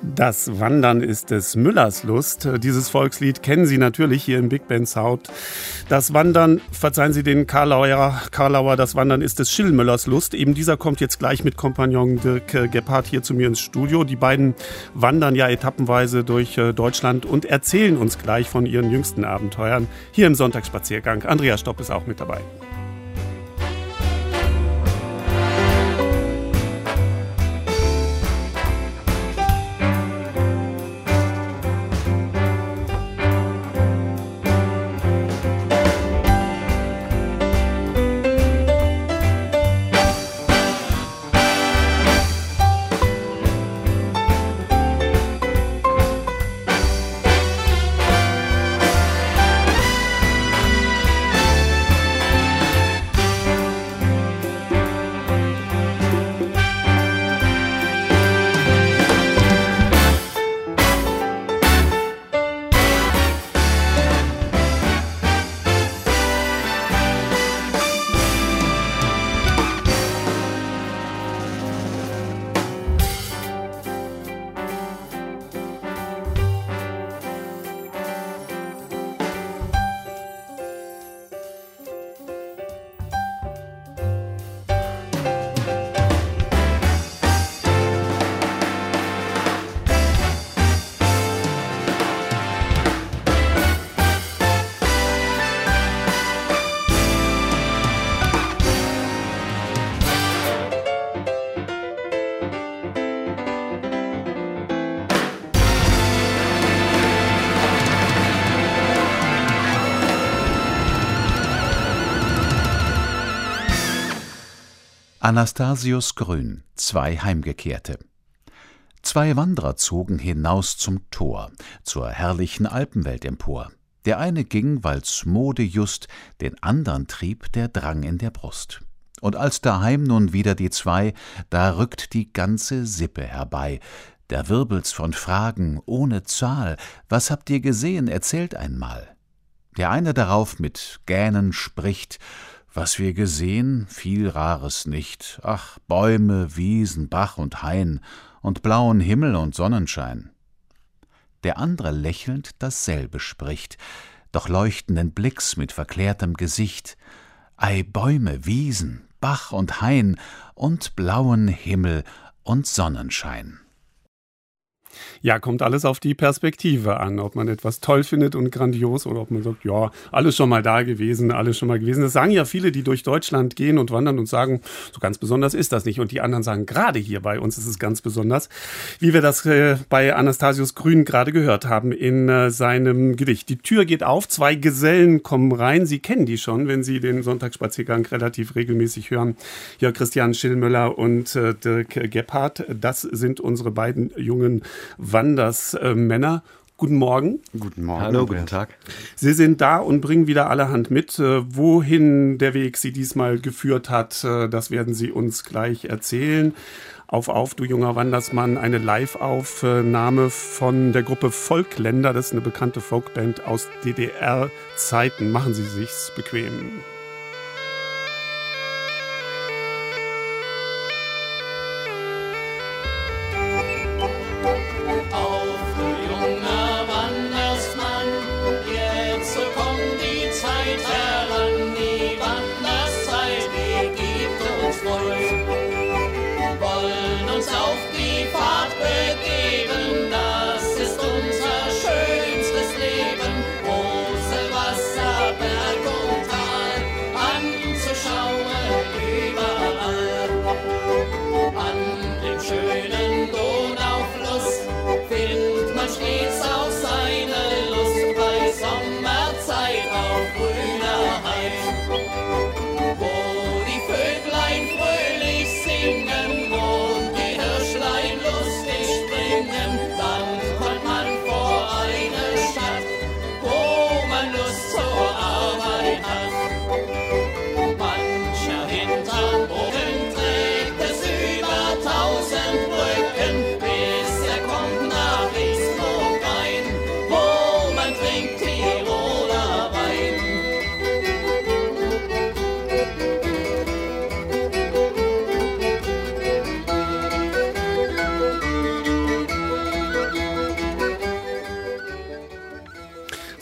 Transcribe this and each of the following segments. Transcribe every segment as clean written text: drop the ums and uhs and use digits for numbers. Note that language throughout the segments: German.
Das Wandern ist des Müllers Lust. Dieses Volkslied kennen Sie natürlich hier im Big Band Sound. Das Wandern, verzeihen Sie den Karlauer, das Wandern ist des Schillmüllers Lust. Eben dieser kommt jetzt gleich mit Kompagnon Dirk Gebhardt hier zu mir ins Studio. Die beiden wandern ja etappenweise durch Deutschland und erzählen uns gleich von ihren jüngsten Abenteuern hier im Sonntagsspaziergang. Andreas Stopp ist auch mit dabei. Anastasius Grün, zwei Heimgekehrte. Zwei Wanderer zogen hinaus zum Tor, zur herrlichen Alpenwelt empor. Der eine ging, weil's Mode just, den andern trieb der Drang in der Brust. Und als daheim nun wieder die zwei, da rückt die ganze Sippe herbei. Da wirbelt's von Fragen ohne Zahl. Was habt ihr gesehen, erzählt einmal. Der eine darauf mit Gähnen spricht: Was wir gesehen, viel Rares nicht. Ach, Bäume, Wiesen, Bach und Hain und blauen Himmel und Sonnenschein. Der andere lächelnd dasselbe spricht, doch leuchtenden Blicks mit verklärtem Gesicht. Ei, Bäume, Wiesen, Bach und Hain und blauen Himmel und Sonnenschein. Ja, kommt alles auf die Perspektive an, ob man etwas toll findet und grandios oder ob man sagt, ja, alles schon mal da gewesen, alles schon mal gewesen. Das sagen ja viele, die durch Deutschland gehen und wandern und sagen, so ganz besonders ist das nicht. Und die anderen sagen, gerade hier bei uns ist es ganz besonders, wie wir das bei Anastasius Grün gerade gehört haben in seinem Gedicht. Die Tür geht auf, zwei Gesellen kommen rein. Sie kennen die schon, wenn Sie den Sonntagsspaziergang relativ regelmäßig hören. Hier Christian Schillmüller und Dirk Gebhardt. Das sind unsere beiden jungen Wandersmänner. Guten Morgen. Guten Morgen. Hallo, guten Tag. Sie sind da und bringen wieder allerhand mit. Wohin der Weg Sie diesmal geführt hat, das werden Sie uns gleich erzählen. Auf, du junger Wandersmann, eine Live-Aufnahme von der Gruppe Volkländer. Das ist eine bekannte Folkband aus DDR-Zeiten. Machen Sie sich's bequem. Wasser, Berg und Tal.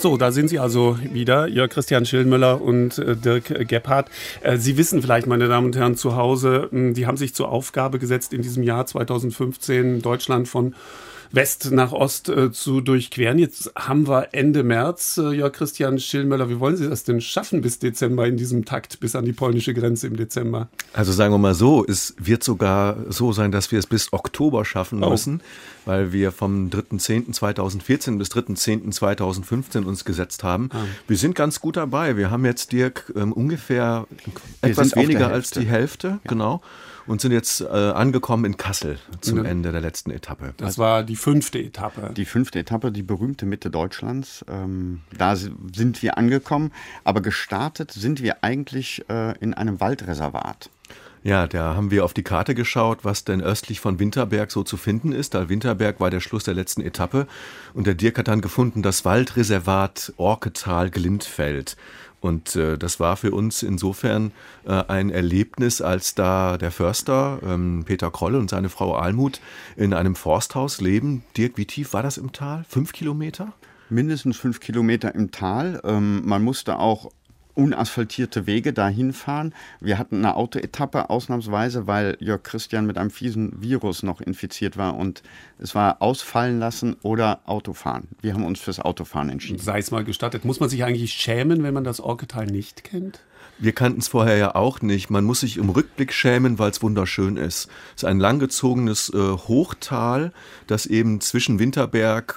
So, da sind Sie also wieder, Jörg Christian Schillmöller und Dirk Gebhardt. Sie wissen vielleicht, meine Damen und Herren zu Hause, die haben sich zur Aufgabe gesetzt, in diesem Jahr 2015 Deutschland von West nach Ost zu durchqueren. Jetzt haben wir Ende März. Jörg Christian Schillmöller, wie wollen Sie das denn schaffen bis Dezember in diesem Takt, bis an die polnische Grenze im Dezember? Also sagen wir mal so, es wird sogar so sein, dass wir es bis Oktober schaffen müssen, weil wir vom 3.10.2014 bis 3.10.2015 uns gesetzt haben. Wir sind ganz gut dabei. Wir haben jetzt, Dirk, ungefähr etwas weniger als die Hälfte, genau. Und sind jetzt angekommen in Kassel zum Ende der letzten Etappe. Das war die 5. Etappe. Die 5. Etappe, die berühmte Mitte Deutschlands. Da sind wir angekommen, aber gestartet sind wir eigentlich in einem Waldreservat. Ja, da haben wir auf die Karte geschaut, was denn östlich von Winterberg so zu finden ist. Da Winterberg war der Schluss der letzten Etappe. Und der Dirk hat dann gefunden, das Waldreservat Orketal-Glindfeld. Und das war für uns insofern ein Erlebnis, als da der Förster Peter Krolle und seine Frau Almuth in einem Forsthaus leben. Dirk, wie tief war das im Tal? 5 Kilometer? Mindestens 5 Kilometer im Tal. Man musste auch unasphaltierte Wege dahin fahren. Wir hatten eine Autoetappe ausnahmsweise, weil Jörg Christian mit einem fiesen Virus noch infiziert war und es war ausfallen lassen oder Autofahren. Wir haben uns fürs Autofahren entschieden. Sei es mal gestattet. Muss man sich eigentlich schämen, wenn man das Orketal nicht kennt? Wir kannten es vorher ja auch nicht. Man muss sich im Rückblick schämen, weil es wunderschön ist. Es ist ein langgezogenes Hochtal, das eben zwischen Winterberg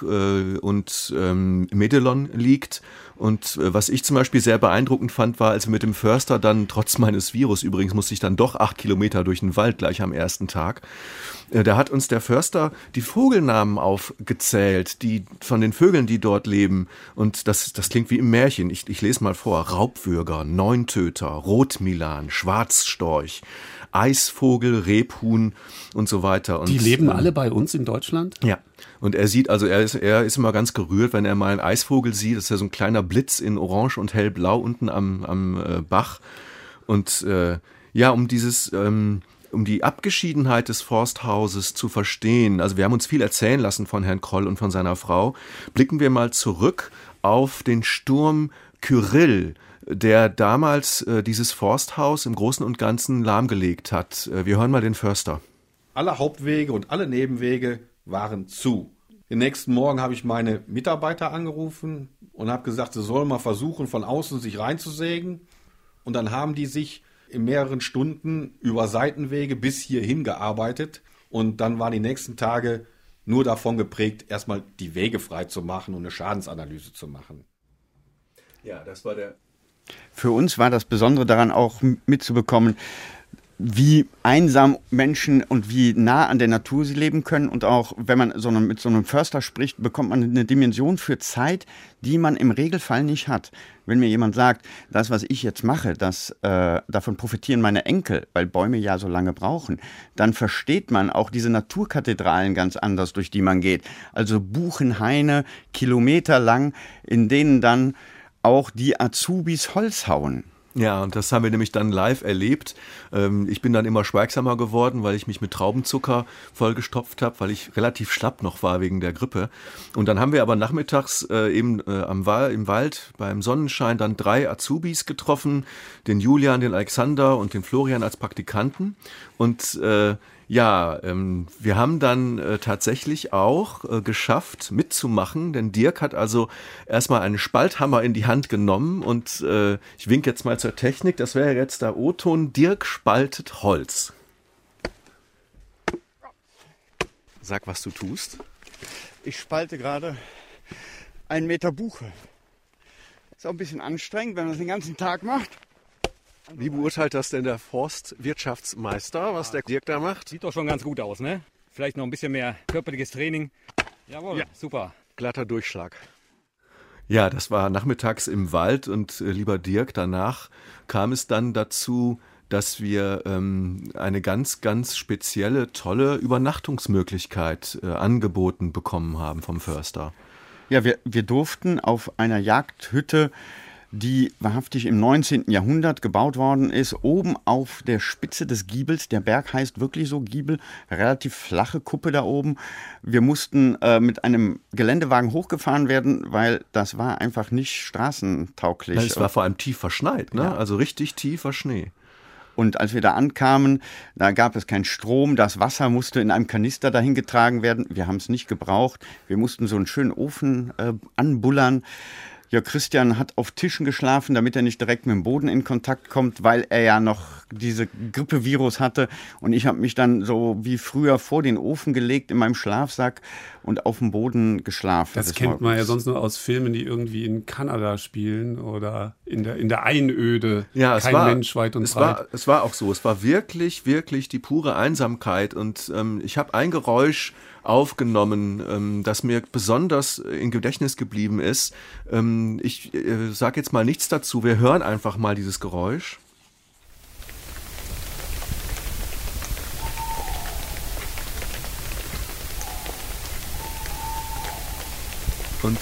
und Medelon liegt. Und was ich zum Beispiel sehr beeindruckend fand, war, als wir mit dem Förster dann, trotz meines Virus übrigens, musste ich dann doch 8 Kilometer durch den Wald gleich am ersten Tag. Da hat uns der Förster die Vogelnamen aufgezählt, die von den Vögeln, die dort leben. Und das klingt wie im Märchen. Ich lese mal vor. Raubwürger, Neuntöter, Rotmilan, Schwarzstorch, Eisvogel, Rebhuhn und so weiter. Und die leben alle bei uns in Deutschland? Ja. Und er sieht, also er ist immer ganz gerührt, wenn er mal einen Eisvogel sieht. Das ist ja so ein kleiner Blitz in Orange und Hellblau unten am Bach. Und um die Abgeschiedenheit des Forsthauses zu verstehen, also wir haben uns viel erzählen lassen von Herrn Kroll und von seiner Frau, blicken wir mal zurück auf den Sturm Kyrill, der damals dieses Forsthaus im Großen und Ganzen lahmgelegt hat. Wir hören mal den Förster. Alle Hauptwege und alle Nebenwege waren zu. Den nächsten Morgen habe ich meine Mitarbeiter angerufen und habe gesagt, sie sollen mal versuchen, von außen sich reinzusägen. Und dann haben die sich in mehreren Stunden über Seitenwege bis hierhin gearbeitet. Und dann waren die nächsten Tage nur davon geprägt, erstmal die Wege frei zu machen und eine Schadensanalyse zu machen. Ja, das war der... Für uns war das Besondere daran auch mitzubekommen, wie einsam Menschen und wie nah an der Natur sie leben können. Und auch, wenn man mit so einem Förster spricht, bekommt man eine Dimension für Zeit, die man im Regelfall nicht hat. Wenn mir jemand sagt, das, was ich jetzt mache, davon profitieren meine Enkel, weil Bäume ja so lange brauchen, dann versteht man auch diese Naturkathedralen ganz anders, durch die man geht. Also Buchenhaine, kilometerlang, in denen dann auch die Azubis Holz hauen. Ja, und das haben wir nämlich dann live erlebt. Ich bin dann immer schweigsamer geworden, weil ich mich mit Traubenzucker vollgestopft habe, weil ich relativ schlapp noch war wegen der Grippe. Und dann haben wir aber nachmittags im Wald beim Sonnenschein dann 3 Azubis getroffen, den Julian, den Alexander und den Florian als Praktikanten. Und wir haben dann tatsächlich auch geschafft mitzumachen, denn Dirk hat also erstmal einen Spalthammer in die Hand genommen und ich winke jetzt mal zur Technik, das wäre jetzt der O-Ton, Dirk spaltet Holz. Sag, was du tust. Ich spalte gerade 1 Meter Buche. Ist auch ein bisschen anstrengend, wenn man das den ganzen Tag macht. Wie beurteilt das denn der Forstwirtschaftsmeister, was der Dirk da macht? Sieht doch schon ganz gut aus, ne? Vielleicht noch ein bisschen mehr körperliches Training. Jawohl, ja. Super. Glatter Durchschlag. Ja, das war nachmittags im Wald und lieber Dirk, danach kam es dann dazu, dass wir eine ganz, ganz spezielle, tolle Übernachtungsmöglichkeit angeboten bekommen haben vom Förster. Ja, wir durften auf einer Jagdhütte die wahrhaftig im 19. Jahrhundert gebaut worden ist, oben auf der Spitze des Giebels. Der Berg heißt wirklich so Giebel, relativ flache Kuppe da oben. Wir mussten mit einem Geländewagen hochgefahren werden, weil das war einfach nicht straßentauglich. Es war vor allem tief verschneit, ne? Ja. Also richtig tiefer Schnee. Und als wir da ankamen, da gab es keinen Strom. Das Wasser musste in einem Kanister dahin getragen werden. Wir haben es nicht gebraucht. Wir mussten so einen schönen Ofen anbullern. Jörg Christian hat auf Tischen geschlafen, damit er nicht direkt mit dem Boden in Kontakt kommt, weil er ja noch diese Grippevirus hatte. Und ich habe mich dann so wie früher vor den Ofen gelegt in meinem Schlafsack und auf dem Boden geschlafen. Das kennt man ja sonst nur aus Filmen, die irgendwie in Kanada spielen oder in der Einöde. Ja, Kein Mensch weit und breit. Es war auch so. Es war wirklich, wirklich die pure Einsamkeit. Und ich habe ein Geräusch aufgenommen, das mir besonders im Gedächtnis geblieben ist. Ich sage jetzt mal nichts dazu. Wir hören einfach mal dieses Geräusch. Und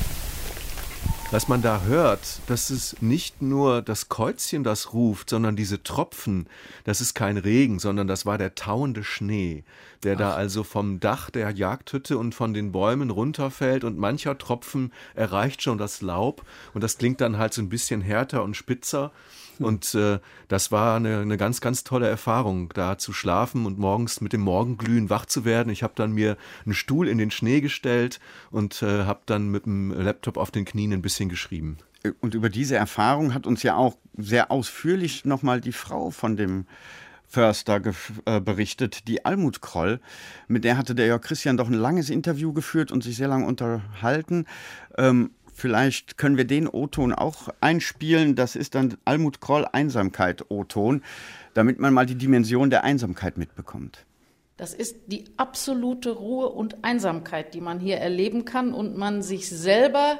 was man da hört, das ist nicht nur das Käuzchen, das ruft, sondern diese Tropfen, das ist kein Regen, sondern das war der tauende Schnee, der da also vom Dach der Jagdhütte und von den Bäumen runterfällt und mancher Tropfen erreicht schon das Laub und das klingt dann halt so ein bisschen härter und spitzer. Und das war eine ganz, ganz tolle Erfahrung, da zu schlafen und morgens mit dem Morgenglühen wach zu werden. Ich habe dann mir einen Stuhl in den Schnee gestellt und habe dann mit dem Laptop auf den Knien ein bisschen geschrieben. Und über diese Erfahrung hat uns ja auch sehr ausführlich nochmal die Frau von dem Förster berichtet, die Almut Kroll. Mit der hatte der Jörg Christian doch ein langes Interview geführt und sich sehr lange unterhalten. Vielleicht können wir den O-Ton auch einspielen. Das ist dann Almut Kroll Einsamkeit O-Ton, damit man mal die Dimension der Einsamkeit mitbekommt. Das ist die absolute Ruhe und Einsamkeit, die man hier erleben kann und man sich selbst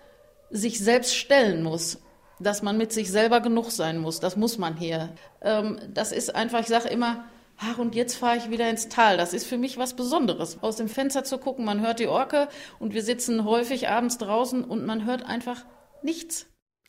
stellen muss. Dass man mit sich selber genug sein muss, das muss man hier. Das ist einfach, ich sage immer, ach, und jetzt fahre ich wieder ins Tal. Das ist für mich was Besonderes. Aus dem Fenster zu gucken, man hört die Orke und wir sitzen häufig abends draußen und man hört einfach nichts.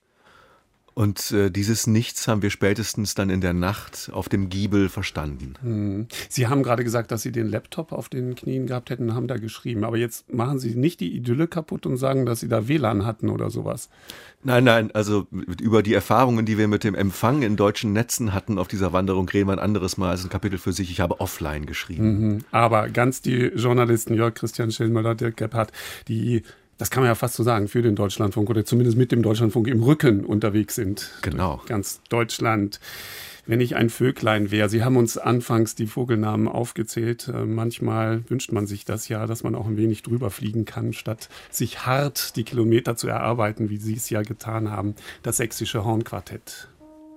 Und dieses Nichts haben wir spätestens dann in der Nacht auf dem Giebel verstanden. Sie haben gerade gesagt, dass Sie den Laptop auf den Knien gehabt hätten, haben da geschrieben. Aber jetzt machen Sie nicht die Idylle kaputt und sagen, dass Sie da WLAN hatten oder sowas. Nein, also über die Erfahrungen, die wir mit dem Empfang in deutschen Netzen hatten auf dieser Wanderung, reden wir ein anderes Mal. Das ist ein Kapitel für sich. Ich habe offline geschrieben. Aber ganz die Journalisten Jörg Christian Schellmöller, Dirk Gebhardt, das kann man ja fast so sagen, für den Deutschlandfunk oder zumindest mit dem Deutschlandfunk im Rücken unterwegs sind. Genau. Durch ganz Deutschland. Wenn ich ein Vöglein wäre. Sie haben uns anfangs die Vogelnamen aufgezählt. Manchmal wünscht man sich das ja, dass man auch ein wenig drüber fliegen kann, statt sich hart die Kilometer zu erarbeiten, wie Sie es ja getan haben. Das Sächsische Hornquartett.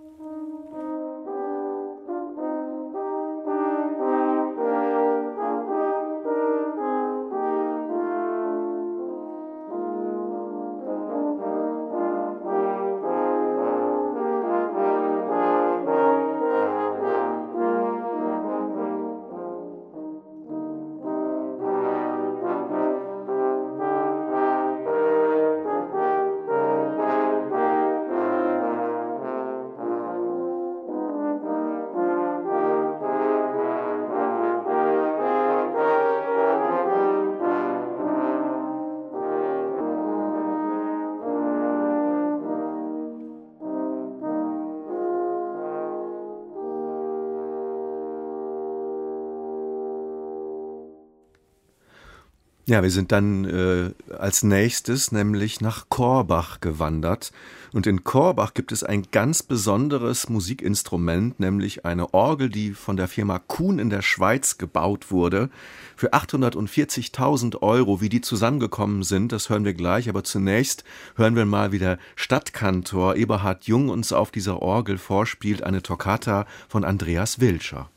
Ja, wir sind dann als nächstes nämlich nach Korbach gewandert. Und in Korbach gibt es ein ganz besonderes Musikinstrument, nämlich eine Orgel, die von der Firma Kuhn in der Schweiz gebaut wurde. Für 840.000 €, wie die zusammengekommen sind, das hören wir gleich. Aber zunächst hören wir mal, wie der Stadtkantor Eberhard Jung uns auf dieser Orgel vorspielt, eine Toccata von Andreas Wilscher.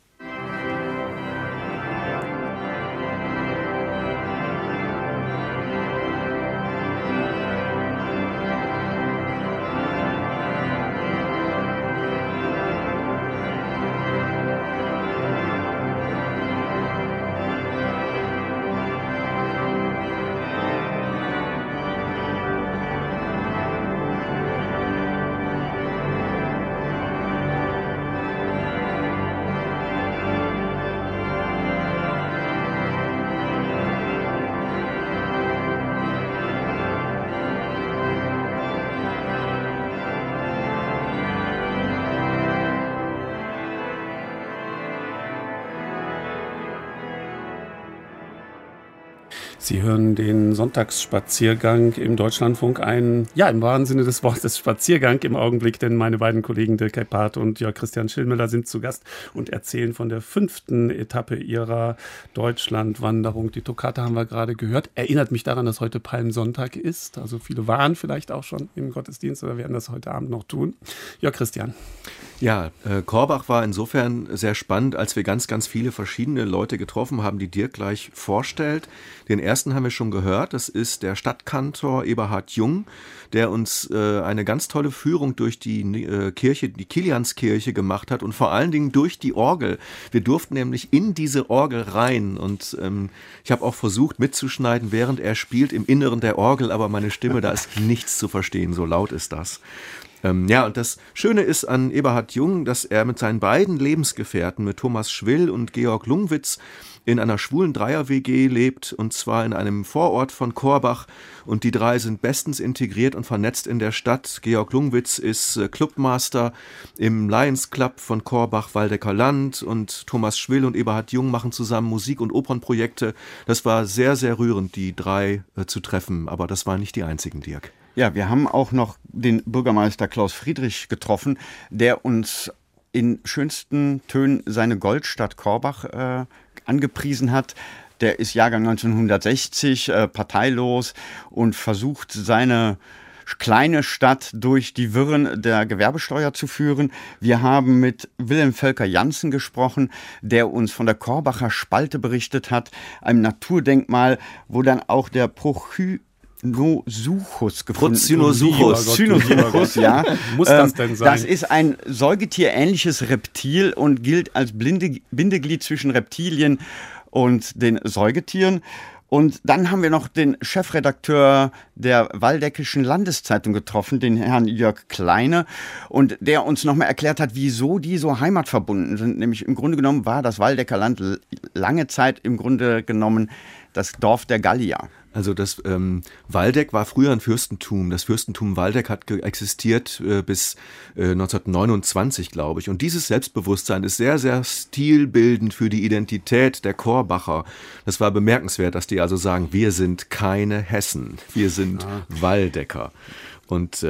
Sie hören den Sonntagsspaziergang im Deutschlandfunk, im wahren Sinne des Wortes Spaziergang im Augenblick, denn meine beiden Kollegen Dirk Gebhardt und Jörg Christian Schillmüller sind zu Gast und erzählen von der 5. Etappe ihrer Deutschlandwanderung. Die Toccata haben wir gerade gehört. Erinnert mich daran, dass heute Palmsonntag ist. Also viele waren vielleicht auch schon im Gottesdienst oder werden das heute Abend noch tun. Jörg Christian. Ja, Korbach war insofern sehr spannend, als wir ganz, ganz viele verschiedene Leute getroffen haben, die Dirk gleich vorstellt. Den ersten haben wir schon gehört, das ist der Stadtkantor Eberhard Jung, der uns eine ganz tolle Führung durch die Kirche, die Kilianskirche gemacht hat und vor allen Dingen durch die Orgel. Wir durften nämlich in diese Orgel rein und ich habe auch versucht mitzuschneiden, während er spielt im Inneren der Orgel, aber meine Stimme, da ist nichts zu verstehen, so laut ist das. Ja, und das Schöne ist an Eberhard Jung, dass er mit seinen beiden Lebensgefährten, mit Thomas Schwill und Georg Lungwitz, in einer schwulen Dreier-WG lebt, und zwar in einem Vorort von Korbach. Und die drei sind bestens integriert und vernetzt in der Stadt. Georg Lungwitz ist Clubmaster im Lions Club von Korbach-Waldecker Land und Thomas Schwill und Eberhard Jung machen zusammen Musik- und Opernprojekte. Das war sehr, sehr rührend, die drei zu treffen, aber das waren nicht die einzigen, Dirk. Ja, wir haben auch noch den Bürgermeister Klaus Friedrich getroffen, der uns in schönsten Tönen seine Goldstadt Korbach angepriesen hat. Der ist Jahrgang 1960, parteilos und versucht, seine kleine Stadt durch die Wirren der Gewerbesteuer zu führen. Wir haben mit Wilhelm Völker-Janssen gesprochen, der uns von der Korbacher Spalte berichtet hat, einem Naturdenkmal, wo dann auch der Procynosuchus Procynosuchus, ja. Muss das denn sein? Das ist ein säugetierähnliches Reptil und gilt als Bindeglied zwischen Reptilien und den Säugetieren. Und dann haben wir noch den Chefredakteur der Waldeckischen Landeszeitung getroffen, den Herrn Jörg Kleine, und der uns nochmal erklärt hat, wieso die so heimatverbunden sind. Nämlich im Grunde genommen war das Waldecker Land lange Zeit im Grunde genommen das Dorf der Gallier. Also das Waldeck war früher ein Fürstentum. Das Fürstentum Waldeck hat existiert bis 1929, glaube ich. Und dieses Selbstbewusstsein ist sehr, sehr stilbildend für die Identität der Korbacher. Das war bemerkenswert, dass die also sagen, wir sind keine Hessen, wir sind Waldecker. Und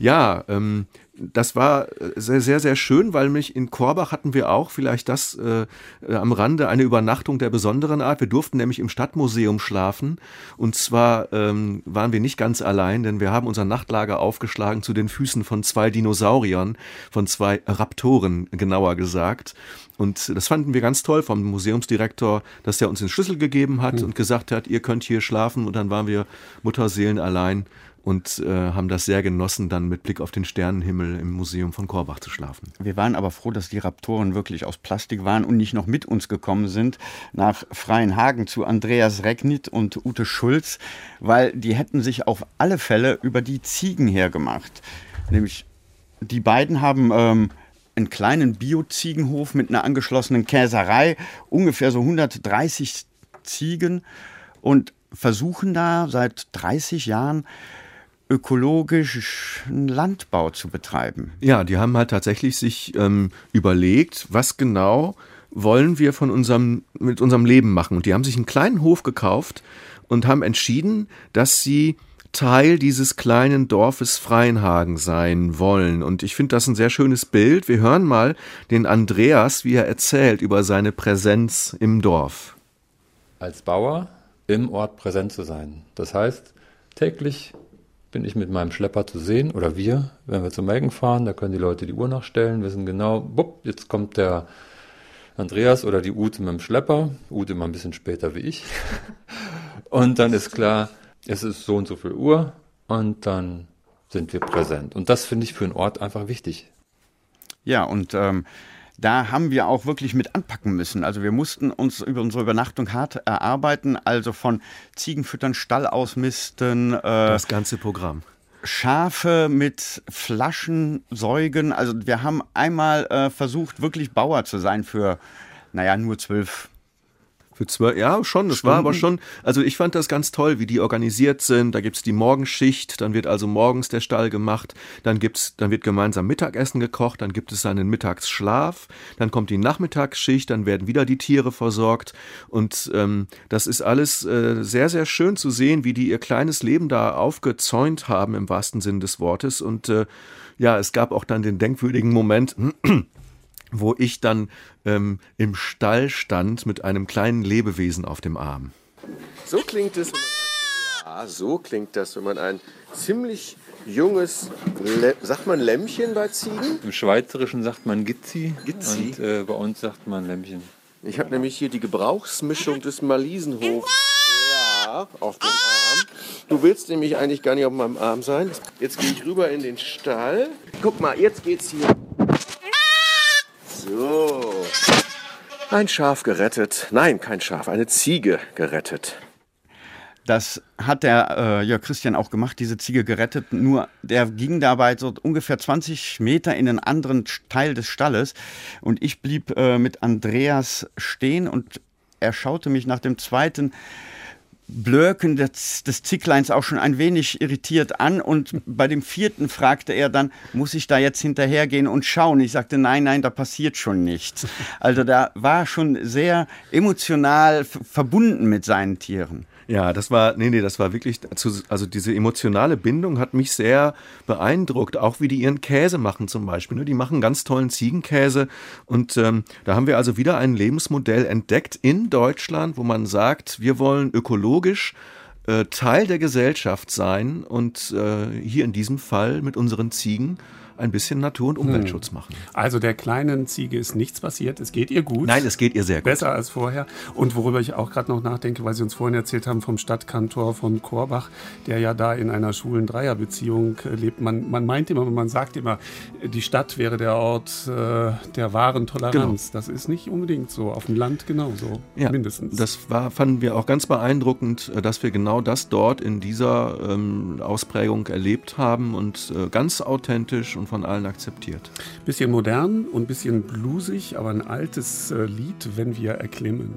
das war sehr, sehr, sehr schön, weil in Korbach hatten wir auch vielleicht das am Rande eine Übernachtung der besonderen Art. Wir durften nämlich im Stadtmuseum schlafen, und zwar waren wir nicht ganz allein, denn wir haben unser Nachtlager aufgeschlagen zu den Füßen von 2 Dinosauriern, von 2 Raptoren genauer gesagt. Und das fanden wir ganz toll vom Museumsdirektor, dass er uns den Schlüssel gegeben hat und gesagt hat, ihr könnt hier schlafen, und dann waren wir Mutterseelen allein und haben das sehr genossen, dann mit Blick auf den Sternenhimmel im Museum von Korbach zu schlafen. Wir waren aber froh, dass die Raptoren wirklich aus Plastik waren und nicht noch mit uns gekommen sind nach Freienhagen zu Andreas Recknit und Ute Schulz, weil die hätten sich auf alle Fälle über die Ziegen hergemacht. Nämlich die beiden haben einen kleinen Bio-Ziegenhof mit einer angeschlossenen Käserei, ungefähr so 130 Ziegen, und versuchen da seit 30 Jahren ökologischen Landbau zu betreiben. Ja, die haben halt tatsächlich sich überlegt, was genau wollen wir mit unserem Leben machen. Und die haben sich einen kleinen Hof gekauft und haben entschieden, dass sie Teil dieses kleinen Dorfes Freienhagen sein wollen. Und ich finde das ein sehr schönes Bild. Wir hören mal den Andreas, wie er erzählt über seine Präsenz im Dorf. Als Bauer im Ort präsent zu sein. Das heißt, täglich bin ich mit meinem Schlepper zu sehen, oder wir, wenn wir zum Melken fahren, da können die Leute die Uhr nachstellen, wissen genau, jetzt kommt der Andreas oder die Ute mit dem Schlepper, Ute immer ein bisschen später wie ich, und dann ist klar, es ist so und so viel Uhr, und dann sind wir präsent. Und das finde ich für einen Ort einfach wichtig. Ja, und da haben wir auch wirklich mit anpacken müssen. Also wir mussten uns über unsere Übernachtung hart erarbeiten, also von Ziegenfüttern, Stall ausmisten. Das ganze Programm. Schafe mit Flaschen säugen. Also wir haben einmal versucht, wirklich Bauer zu sein für, nur 12 Für 12, ja, schon, das war aber schon, also ich fand das ganz toll, wie die organisiert sind. Da gibt's die Morgenschicht, dann wird also morgens der Stall gemacht, dann wird gemeinsam Mittagessen gekocht, dann gibt es einen Mittagsschlaf, dann kommt die Nachmittagsschicht, dann werden wieder die Tiere versorgt und das ist alles sehr, sehr schön zu sehen, wie die ihr kleines Leben da aufgezäunt haben im wahrsten Sinne des Wortes und es gab auch dann den denkwürdigen Moment, wo ich dann im Stall stand mit einem kleinen Lebewesen auf dem Arm. So klingt es, wenn man ein ziemlich junges, sagt man Lämmchen bei Ziegen? Im Schweizerischen sagt man Gitzi. Gitzi? Und bei uns sagt man Lämmchen. Ich habe nämlich hier die Gebrauchsmischung des Malisenhofs auf dem Arm. Du willst nämlich eigentlich gar nicht auf meinem Arm sein. Jetzt gehe ich rüber in den Stall. Guck mal, jetzt geht's hier. So. Ein Schaf gerettet. Nein, kein Schaf, eine Ziege gerettet. Das hat der Jörg Christian auch gemacht, diese Ziege gerettet. Nur der ging dabei so ungefähr 20 Meter in einen anderen Teil des Stalles. Und ich blieb mit Andreas stehen und er schaute mich nach dem zweiten Blöken des Zickleins auch schon ein wenig irritiert an und bei dem vierten fragte er dann, muss ich da jetzt hinterhergehen und schauen? Ich sagte, nein, da passiert schon nichts. Also da war schon sehr emotional verbunden mit seinen Tieren. Ja, das war wirklich, also diese emotionale Bindung hat mich sehr beeindruckt, auch wie die ihren Käse machen zum Beispiel. Die machen ganz tollen Ziegenkäse und da haben wir also wieder ein Lebensmodell entdeckt in Deutschland, wo man sagt, wir wollen ökologisch Teil der Gesellschaft sein und hier in diesem Fall mit unseren Ziegen ein bisschen Natur- und Umweltschutz machen. Also der kleinen Ziege ist nichts passiert, es geht ihr gut. Nein, es geht ihr sehr gut. Besser als vorher. Und worüber ich auch gerade noch nachdenke, weil Sie uns vorhin erzählt haben vom Stadtkantor von Korbach, der ja da in einer schwulen Dreierbeziehung lebt. Man meint immer, man sagt immer, die Stadt wäre der Ort der wahren Toleranz. Genau. Das ist nicht unbedingt so. Auf dem Land genauso, mindestens. Das fanden wir auch ganz beeindruckend, dass wir genau das dort in dieser Ausprägung erlebt haben und ganz authentisch und von allen akzeptiert. Bisschen modern und bisschen bluesig, aber ein altes Lied, wenn wir erklimmen.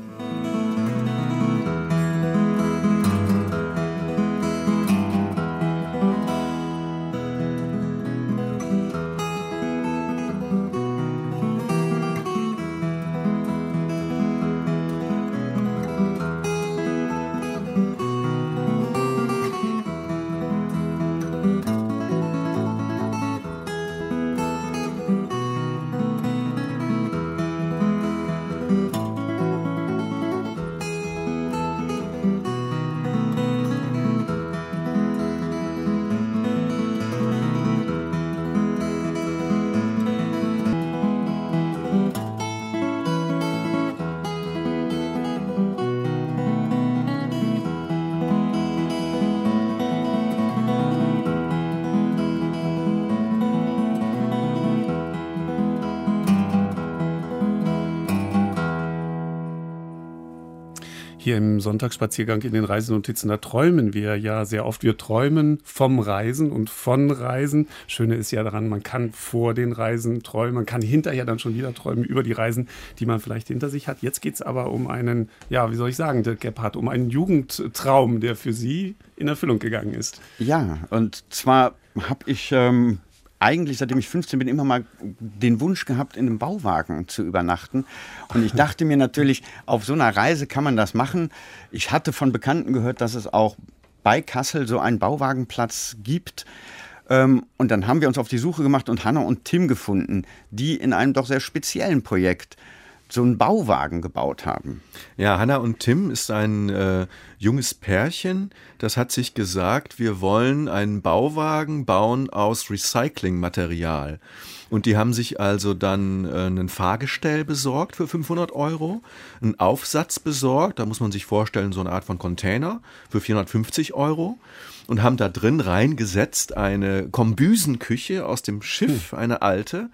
Hier im Sonntagsspaziergang in den Reisenotizen, da träumen wir ja sehr oft. Wir träumen vom Reisen und von Reisen. Schöne ist ja daran, man kann vor den Reisen träumen, man kann hinterher dann schon wieder träumen über die Reisen, die man vielleicht hinter sich hat. Jetzt geht es aber um einen, wie soll ich sagen, Dirk Gebhardt, um einen Jugendtraum, der für Sie in Erfüllung gegangen ist. Ja, und zwar habe ich eigentlich, seitdem ich 15 bin, immer mal den Wunsch gehabt, in einem Bauwagen zu übernachten. Und ich dachte mir natürlich, auf so einer Reise kann man das machen. Ich hatte von Bekannten gehört, dass es auch bei Kassel so einen Bauwagenplatz gibt. Und dann haben wir uns auf die Suche gemacht und Hanna und Tim gefunden, die in einem doch sehr speziellen Projekt so einen Bauwagen gebaut haben. Ja, Hanna und Tim ist ein junges Pärchen, das hat sich gesagt, wir wollen einen Bauwagen bauen aus Recyclingmaterial. Und die haben sich also dann ein Fahrgestell besorgt für 500 €, einen Aufsatz besorgt, da muss man sich vorstellen, so eine Art von Container für 450 € und haben da drin reingesetzt eine Kombüsenküche aus dem Schiff, eine alte,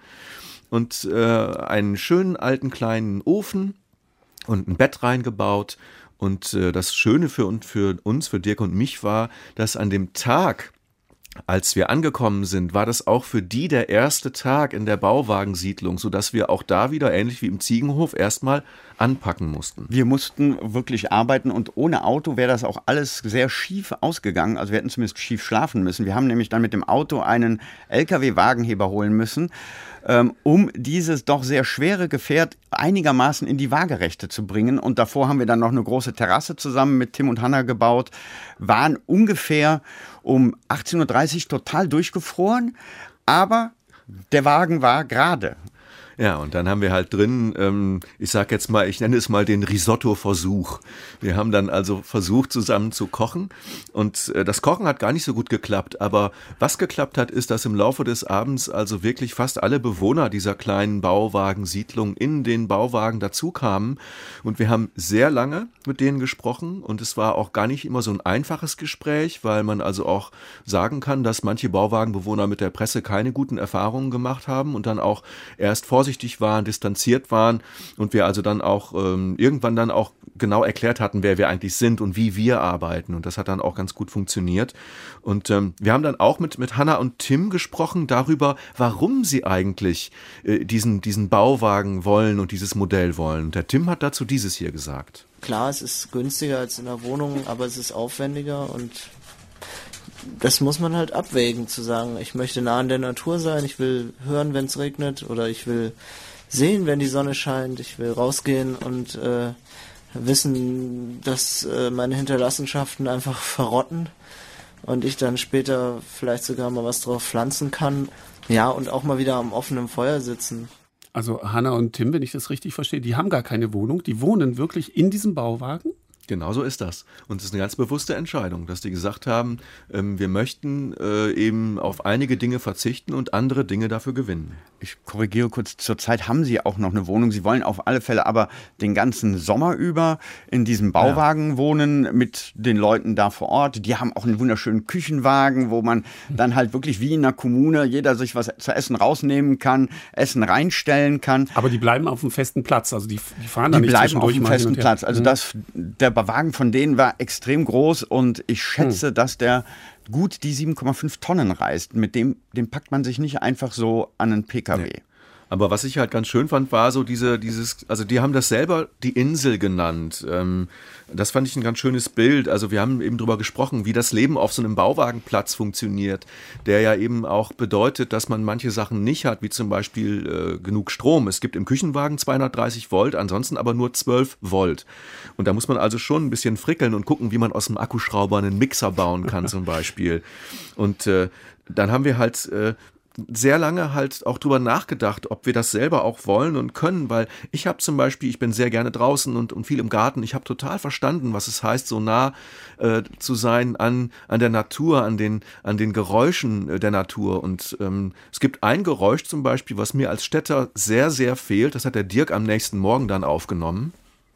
und einen schönen alten kleinen Ofen und ein Bett reingebaut. Und das Schöne für uns, für Dirk und mich war, dass an dem Tag, als wir angekommen sind, war das auch für die der erste Tag in der Bauwagensiedlung, sodass wir auch da wieder, ähnlich wie im Ziegenhof, erstmal anpacken mussten. Wir mussten wirklich arbeiten und ohne Auto wäre das auch alles sehr schief ausgegangen. Also wir hätten zumindest schief schlafen müssen. Wir haben nämlich dann mit dem Auto einen LKW-Wagenheber holen müssen, um dieses doch sehr schwere Gefährt einigermaßen in die Waagerechte zu bringen. Und davor haben wir dann noch eine große Terrasse zusammen mit Tim und Hanna gebaut, waren ungefähr um 18:30 Uhr total durchgefroren, aber der Wagen war gerade. Ja, und dann haben wir halt drin, ich nenne es mal den Risotto-Versuch. Wir haben dann also versucht, zusammen zu kochen und das Kochen hat gar nicht so gut geklappt, aber was geklappt hat, ist, dass im Laufe des Abends also wirklich fast alle Bewohner dieser kleinen Bauwagensiedlung in den Bauwagen dazu kamen und wir haben sehr lange mit denen gesprochen und es war auch gar nicht immer so ein einfaches Gespräch, weil man also auch sagen kann, dass manche Bauwagenbewohner mit der Presse keine guten Erfahrungen gemacht haben und dann auch erst vorsichtig waren, distanziert waren und wir also dann auch irgendwann dann auch genau erklärt hatten, wer wir eigentlich sind und wie wir arbeiten und das hat dann auch ganz gut funktioniert und wir haben dann auch mit Hanna und Tim gesprochen darüber, warum sie eigentlich diesen Bauwagen wollen und dieses Modell wollen. Der Tim hat dazu dieses hier gesagt. Klar, es ist günstiger als in der Wohnung, aber es ist aufwendiger und das muss man halt abwägen, zu sagen, ich möchte nah an der Natur sein, ich will hören, wenn es regnet oder ich will sehen, wenn die Sonne scheint, ich will rausgehen und wissen, dass meine Hinterlassenschaften einfach verrotten und ich dann später vielleicht sogar mal was drauf pflanzen kann. Ja, und auch mal wieder am offenen Feuer sitzen. Also Hanna und Tim, wenn ich das richtig verstehe, die haben gar keine Wohnung, die wohnen wirklich in diesem Bauwagen? Genau so ist das. Und es ist eine ganz bewusste Entscheidung, dass die gesagt haben, wir möchten eben auf einige Dinge verzichten und andere Dinge dafür gewinnen. Ich korrigiere kurz, zurzeit haben sie auch noch eine Wohnung. Sie wollen auf alle Fälle aber den ganzen Sommer über in diesem Bauwagen wohnen mit den Leuten da vor Ort. Die haben auch einen wunderschönen Küchenwagen, wo man dann halt wirklich wie in einer Kommune jeder sich was zu essen rausnehmen kann, Essen reinstellen kann. Aber die bleiben auf dem festen Platz, also die fahren da nicht zwischendurch. Die bleiben auf dem festen Platz. Also der Wagen von denen war extrem groß und ich schätze, dass der gut die 7,5 Tonnen reißt. Mit den packt man sich nicht einfach so an einen PKW. Nee. Aber was ich halt ganz schön fand, war so also die haben das selber die Insel genannt. Das fand ich ein ganz schönes Bild. Also wir haben eben drüber gesprochen, wie das Leben auf so einem Bauwagenplatz funktioniert, der ja eben auch bedeutet, dass man manche Sachen nicht hat, wie zum Beispiel genug Strom. Es gibt im Küchenwagen 230 Volt, ansonsten aber nur 12 Volt. Und da muss man also schon ein bisschen frickeln und gucken, wie man aus dem Akkuschrauber einen Mixer bauen kann zum Beispiel. Und dann haben wir halt sehr lange halt auch drüber nachgedacht, ob wir das selber auch wollen und können, weil ich bin sehr gerne draußen und viel im Garten. Ich habe total verstanden, was es heißt, so nah zu sein an der Natur, an den Geräuschen der Natur. Und es gibt ein Geräusch zum Beispiel, was mir als Städter sehr, sehr fehlt. Das hat der Dirk am nächsten Morgen dann aufgenommen.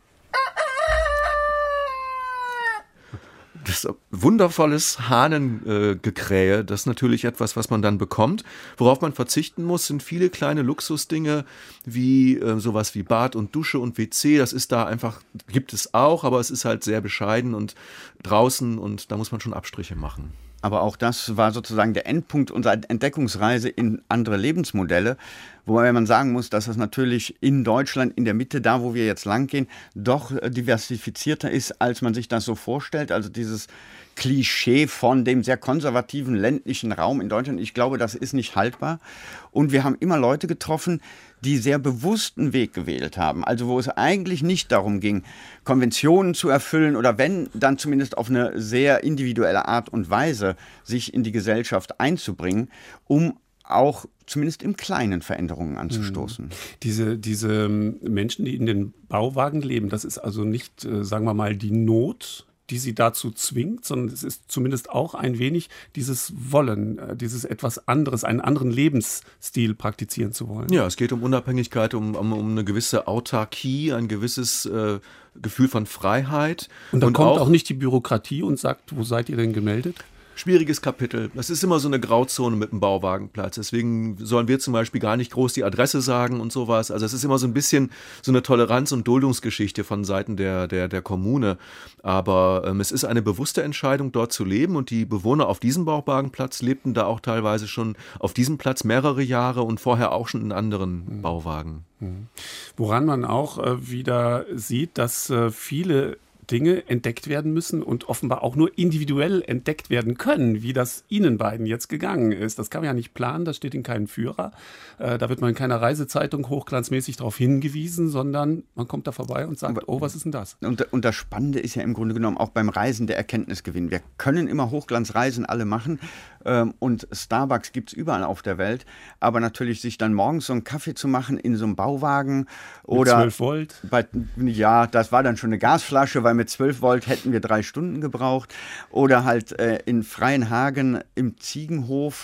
Das wundervolles Hahnengekrähe, das ist natürlich etwas, was man dann bekommt. Worauf man verzichten muss, sind viele kleine Luxusdinge, wie sowas wie Bad und Dusche und WC. Das ist da einfach, gibt es auch, aber es ist halt sehr bescheiden und draußen und da muss man schon Abstriche machen. Aber auch das war sozusagen der Endpunkt unserer Entdeckungsreise in andere Lebensmodelle, wobei man sagen muss, dass das natürlich in Deutschland, in der Mitte, da wo wir jetzt lang gehen, doch diversifizierter ist, als man sich das so vorstellt. Also dieses Klischee von dem sehr konservativen ländlichen Raum in Deutschland, ich glaube, das ist nicht haltbar. Und wir haben immer Leute getroffen, die sehr bewussten Weg gewählt haben. Also wo es eigentlich nicht darum ging, Konventionen zu erfüllen oder wenn, dann zumindest auf eine sehr individuelle Art und Weise sich in die Gesellschaft einzubringen, um auch zumindest im Kleinen Veränderungen anzustoßen. Diese Menschen, die in den Bauwagen leben, das ist also nicht, sagen wir mal, die Not, die sie dazu zwingt, sondern es ist zumindest auch ein wenig dieses Wollen, dieses etwas anderes, einen anderen Lebensstil praktizieren zu wollen. Ja, es geht um Unabhängigkeit, um eine gewisse Autarkie, ein gewisses Gefühl von Freiheit. Und dann kommt auch nicht die Bürokratie und sagt, wo seid ihr denn gemeldet? Schwieriges Kapitel. Das ist immer so eine Grauzone mit dem Bauwagenplatz. Deswegen sollen wir zum Beispiel gar nicht groß die Adresse sagen und sowas. Also es ist immer so ein bisschen so eine Toleranz- und Duldungsgeschichte von Seiten der Kommune. Aber es ist eine bewusste Entscheidung, dort zu leben. Und die Bewohner auf diesem Bauwagenplatz lebten da auch teilweise schon auf diesem Platz mehrere Jahre und vorher auch schon in anderen Bauwagen. Woran man auch wieder sieht, dass viele Dinge entdeckt werden müssen und offenbar auch nur individuell entdeckt werden können, wie das Ihnen beiden jetzt gegangen ist. Das kann man ja nicht planen, das steht in keinem Führer. Da wird man in keiner Reisezeitung hochglanzmäßig darauf hingewiesen, sondern man kommt da vorbei und sagt, oh, was ist denn das? Und das Spannende ist ja im Grunde genommen auch beim Reisen der Erkenntnisgewinn. Wir können immer Hochglanzreisen alle machen und Starbucks gibt es überall auf der Welt, aber natürlich sich dann morgens so einen Kaffee zu machen in so einem Bauwagen oder... Mit 12 Volt? Ja, das war dann schon eine Gasflasche, weil mit 12 Volt hätten wir 3 Stunden gebraucht. Oder halt in Freienhagen im Ziegenhof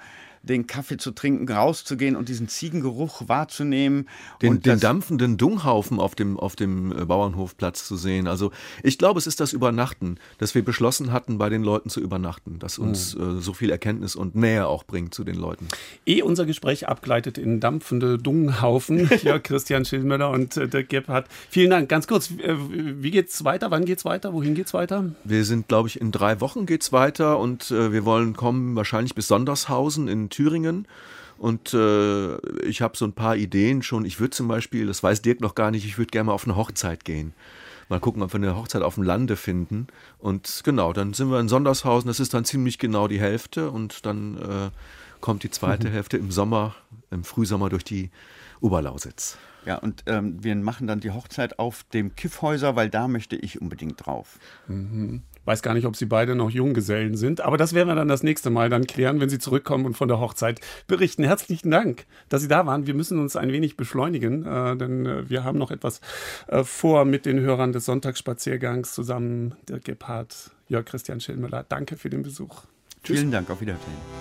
den Kaffee zu trinken, rauszugehen und diesen Ziegengeruch wahrzunehmen. Den dampfenden Dunghaufen auf dem Bauernhofplatz zu sehen. Also ich glaube, es ist das Übernachten, dass wir beschlossen hatten, bei den Leuten zu übernachten, das uns so viel Erkenntnis und Nähe auch bringt zu den Leuten. Unser Gespräch abgleitet in dampfende Dunghaufen. Ja, Christian Schildmöller und Dirk Gebhardt. Vielen Dank. Ganz kurz, wie geht's weiter? Wann geht's weiter? Wohin geht's weiter? Wir sind, glaube ich, in 3 Wochen geht's weiter und wir wollen kommen wahrscheinlich bis Sondershausen in Thüringen. Und ich habe so ein paar Ideen schon. Ich würde zum Beispiel, das weiß Dirk noch gar nicht, ich würde gerne mal auf eine Hochzeit gehen. Mal gucken, ob wir eine Hochzeit auf dem Lande finden. Und genau, dann sind wir in Sondershausen. Das ist dann ziemlich genau die Hälfte. Und dann kommt die zweite Hälfte im Sommer, im Frühsommer durch die Oberlausitz. Ja, und wir machen dann die Hochzeit auf dem Kiffhäuser, weil da möchte ich unbedingt drauf. Weiß gar nicht, ob Sie beide noch Junggesellen sind, aber das werden wir dann das nächste Mal dann klären, wenn Sie zurückkommen und von der Hochzeit berichten. Herzlichen Dank, dass Sie da waren. Wir müssen uns ein wenig beschleunigen, denn wir haben noch etwas vor mit den Hörern des Sonntagsspaziergangs zusammen. Dirk Gebhardt, Jörg Christian Schildmöller. Danke für den Besuch. Tschüss. Vielen Dank, auf Wiedersehen.